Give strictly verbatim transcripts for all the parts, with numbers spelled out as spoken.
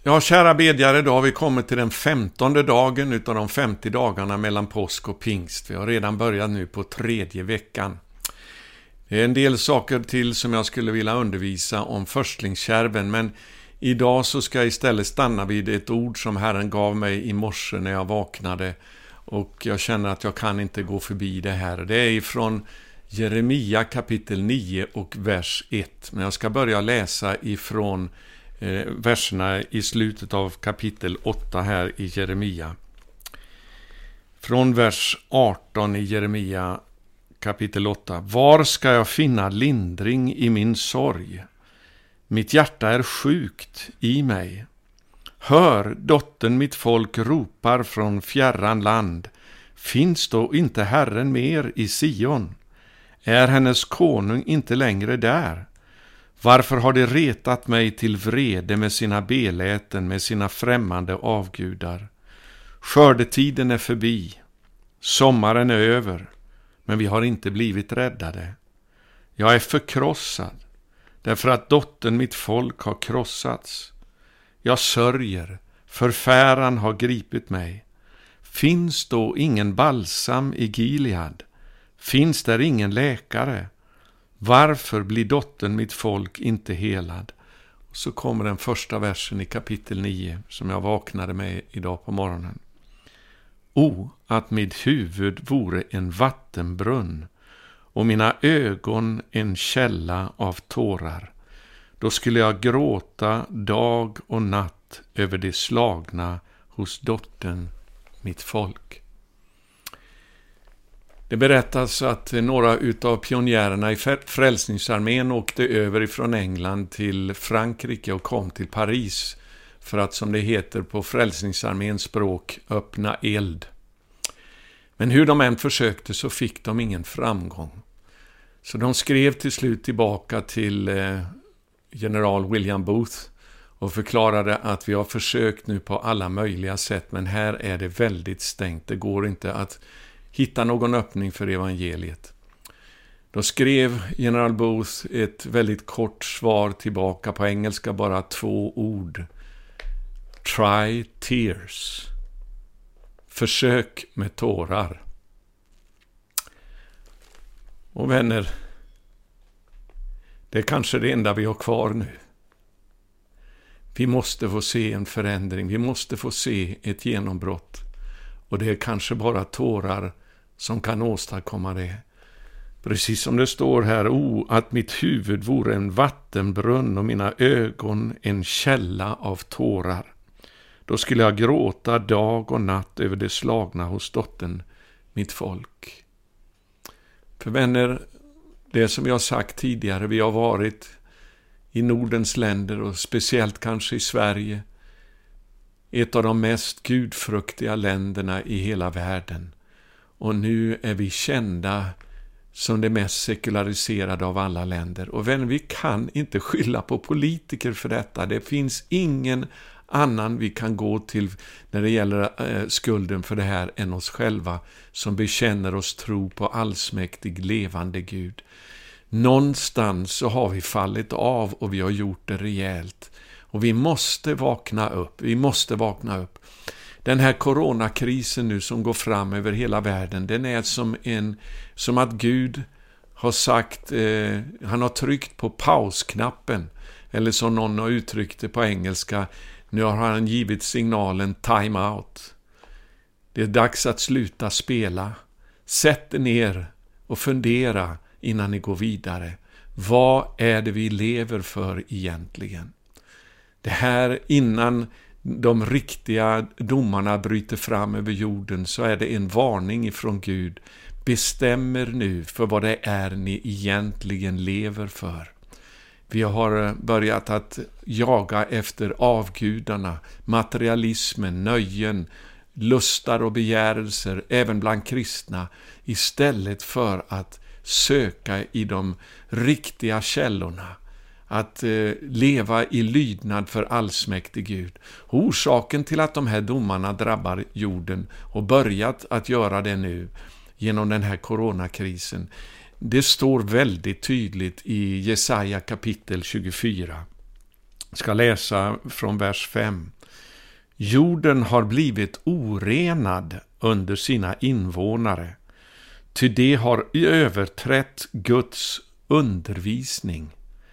Ja, kära bedjare, då har vi kommit till den femtonde dagen utav de femtio dagarna mellan påsk och pingst. Vi har redan börjat nu på tredje veckan. Det är en del saker till som jag skulle vilja undervisa om förstlingskärven, men idag så ska jag istället stanna vid ett ord som Herren gav mig i morse när jag vaknade, och jag känner att jag kan inte gå förbi det här. Det är ifrån Jeremia kapitel nio och vers ett, men jag ska börja läsa ifrån eh, verserna i slutet av kapitel åtta här i Jeremia. Från vers arton i Jeremia kapitel åtta. Var ska jag finna lindring i min sorg? Mitt hjärta är sjukt i mig. Hör, dottern mitt folk ropar från fjärran land. Finns då inte Herren mer i Sion? Är hennes konung inte längre där? Varför har de retat mig till vrede med sina beläten, med sina främmande avgudar? Skördetiden är förbi. Sommaren är över. Men vi har inte blivit räddade. Jag är förkrossad, därför att dottern mitt folk har krossats. Jag sörjer, förfäran har gripit mig. Finns då ingen balsam i Gilead? Finns där ingen läkare? Varför blir dottern mitt folk inte helad? Och så kommer den första versen i kapitel nio som jag vaknade med idag på morgonen. O, att mitt huvud vore en vattenbrunn och mina ögon en källa av tårar. Då skulle jag gråta dag och natt över det slagna hos dottern mitt folk. Det berättas att några utav pionjärerna i frälsningsarmén åkte över ifrån England till Frankrike och kom till Paris för att, som det heter på frälsningsarméns språk, öppna eld. Men hur de än försökte så fick de ingen framgång. Så de skrev till slut tillbaka till eh, general William Booth och förklarade att vi har försökt nu på alla möjliga sätt, men här är det väldigt stängt. Det går inte att hitta någon öppning för evangeliet. Då skrev general Booth ett väldigt kort svar tillbaka på engelska, bara två ord. Try tears. Försök med tårar. Och vänner, det är kanske det enda vi har kvar nu. Vi måste få se en förändring. Vi måste få se ett genombrott. Och det är kanske bara tårar som kan åstadkomma det. Precis som det står här. O, att mitt huvud vore en vattenbrunn och mina ögon en källa av tårar. Då skulle jag gråta dag och natt över det slagna hos dottern mitt folk. För vänner, det som jag har sagt tidigare, vi har varit i Nordens länder och speciellt kanske i Sverige, ett av de mest gudfruktiga länderna i hela världen. Och nu är vi kända som det mest sekulariserade av alla länder. Och vänner, vi kan inte skylla på politiker för detta. Det finns ingen annan vi kan gå till när det gäller eh, skulden för det här än oss själva som bekänner oss tro på allsmäktig levande Gud. Någonstans så har vi fallit av och vi har gjort det rejält. Och vi måste vakna upp. Vi måste vakna upp. Den här coronakrisen nu som går fram över hela världen, den är som en som att Gud har sagt, eh, han har tryckt på pausknappen, eller som någon har uttryckt det på engelska, nu har han givit signalen time out. Det är dags att sluta spela. Sätt er ner och fundera innan ni går vidare. Vad är det vi lever för egentligen? Det här, innan de riktiga domarna bryter fram över jorden, så är det en varning ifrån Gud. Bestämmer nu för vad det är ni egentligen lever för. Vi har börjat att jaga efter avgudarna, materialismen, nöjen, lustar och begärelser, även bland kristna, istället för att söka i de riktiga källorna. Att eh, leva i lydnad för allsmäktig Gud. Orsaken till att de här domarna drabbar jorden och börjat att göra det nu genom den här coronakrisen, det står väldigt tydligt i Jesaja kapitel tjugofyra. Jag ska läsa från vers fem. Jorden har blivit orenad under sina invånare, ty de har överträtt Guds undervisning,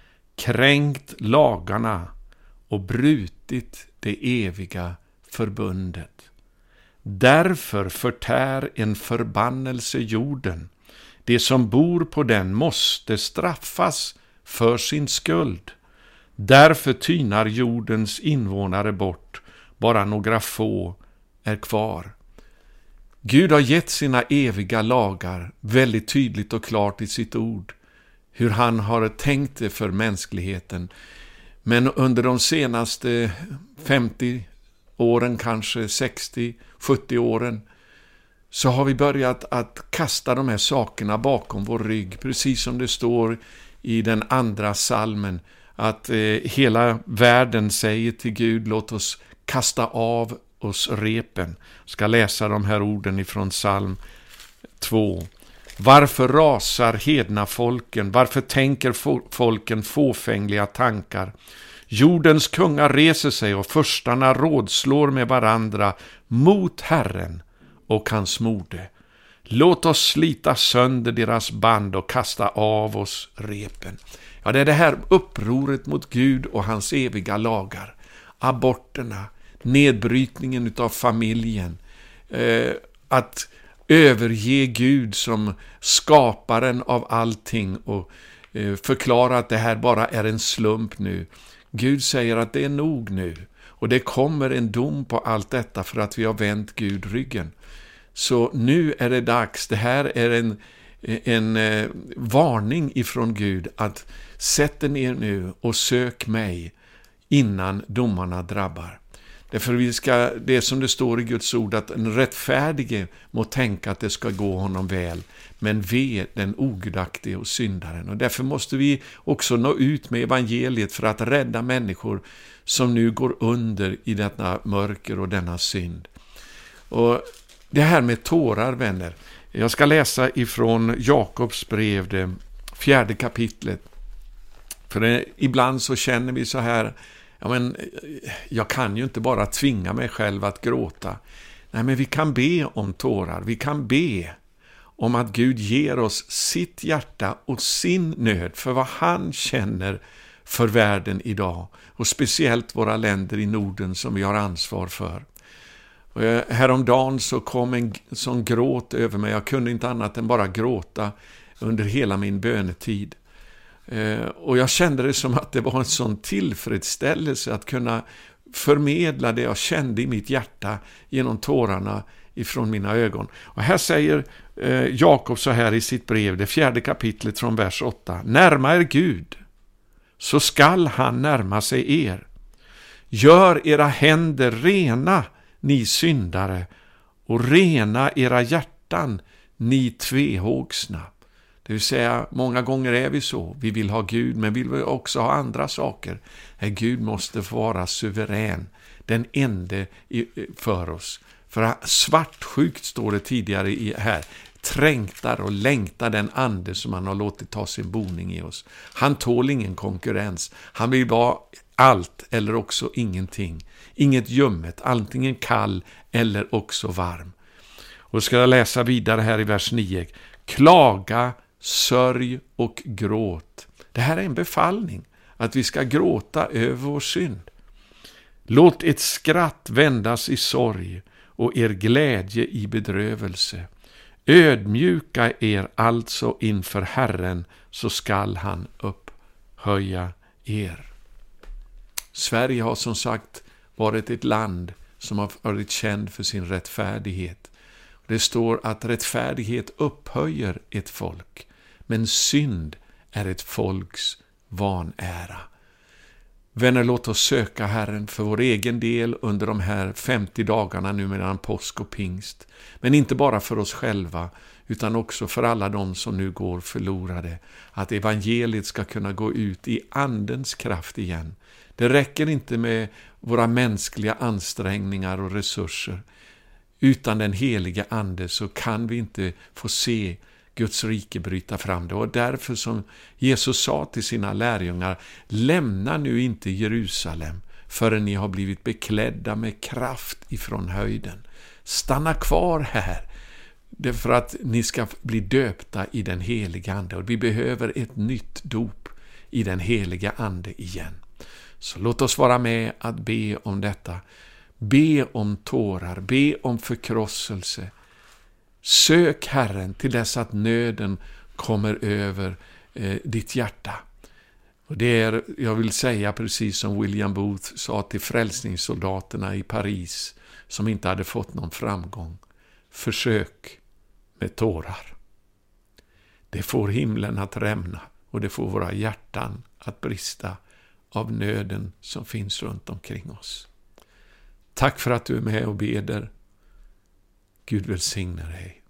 kränkt lagarna och brutit det eviga förbundet. Därför förtär en förbannelse jorden. De som bor på den måste straffas för sin skuld. Därför tynar jordens invånare bort. Bara några få är kvar. Gud har gett sina eviga lagar väldigt tydligt och klart i sitt ord. Hur han har tänkt det för mänskligheten. Men under de senaste femtio åren, kanske sextio sjuttio åren, så har vi börjat att kasta de här sakerna bakom vår rygg. Precis som det står i den andra salmen. Att eh, hela världen säger till Gud, låt oss kasta av oss repen. Jag ska läsa de här orden ifrån psalm två. Varför rasar hedna folken? Varför tänker folken fåfängliga tankar? Jordens kungar reser sig och förstarna rådslår med varandra mot Herren och hans mode. Låt oss slita sönder deras band och kasta av oss repen. Ja, det är det här upproret mot Gud och hans eviga lagar. Aborterna, nedbrytningen av familjen, eh, att överge Gud som skaparen av allting och eh, förklara att det här bara är en slump nu. Gud säger att det är nog nu och det kommer en dom på allt detta för att vi har vänt Gud ryggen. Så nu är det dags, det här är en, en eh, varning ifrån Gud att sätt er ner nu och sök mig innan domarna drabbar. Därför vi ska, det är som det står i Guds ord att en rättfärdige må tänka att det ska gå honom väl, men ve den ogudaktige och syndaren. Och därför måste vi också nå ut med evangeliet för att rädda människor som nu går under i detta mörker och denna synd. Och det här med tårar, vänner. Jag ska läsa ifrån Jakobs brev, det fjärde kapitlet. För det, ibland så känner vi så här, ja men jag kan ju inte bara tvinga mig själv att gråta. Nej, men vi kan be om tårar. Vi kan be om att Gud ger oss sitt hjärta och sin nöd för vad han känner för världen idag. Och speciellt våra länder i Norden som vi har ansvar för. Och häromdagen så kom en sån gråt över mig. Jag kunde inte annat än bara gråta under hela min bönetid. Och jag kände det som att det var en sån tillfredsställelse att kunna förmedla det jag kände i mitt hjärta genom tårarna ifrån mina ögon. Och här säger eh, Jakob så här i sitt brev, det fjärde kapitlet från vers åtta. Närma er Gud, så skall han närma sig er. Gör era händer rena, ni syndare, och rena era hjärtan, ni tvehågsna. Det vill säga, många gånger är vi så. Vi vill ha Gud, men vill vi också ha andra saker. Gud måste få vara suverän, den ende för oss. För svartsjukt står det tidigare i här. Trängtar och längtar den ande som han har låtit ta sin boning i oss. Han tål ingen konkurrens. Han vill vara allt eller också ingenting. Inget ljummet, antingen kall eller också varm. Och ska jag läsa vidare här i vers nio. Klaga, sörj och gråt. Det här är en befallning att vi ska gråta över vår synd. Låt ett skratt vändas i sorg och er glädje i bedrövelse. Ödmjuka er alltså inför Herren, så skall han upphöja er. Sverige har som sagt varit ett land som har varit känd för sin rättfärdighet. Det står att rättfärdighet upphöjer ett folk, men synd är ett folks vanära. Vänner, låt oss söka Herren för vår egen del under de här femtio dagarna nu mellan påsk och pingst. Men inte bara för oss själva, utan också för alla de som nu går förlorade. Att evangeliet ska kunna gå ut i andens kraft igen. Det räcker inte med våra mänskliga ansträngningar och resurser. Utan den heliga ande så kan vi inte få se Guds rike bryta fram. Det var därför som Jesus sa till sina lärjungar: lämna nu inte Jerusalem förrän ni har blivit beklädda med kraft ifrån höjden. Stanna kvar här, för att ni ska bli döpta i den heliga ande. Och vi behöver ett nytt dop i den heliga ande igen. Så låt oss vara med att be om detta. Be om tårar, be om förkrosselse. Sök Herren till dess att nöden kommer över eh, ditt hjärta. Och det är, jag vill säga precis som William Booth sa till frälsningssoldaterna i Paris som inte hade fått någon framgång: försök med tårar. Det får himlen att rämna och det får våra hjärtan att brista av nöden som finns runt omkring oss. Tack för att du är med och beder. Gud välsigne dig.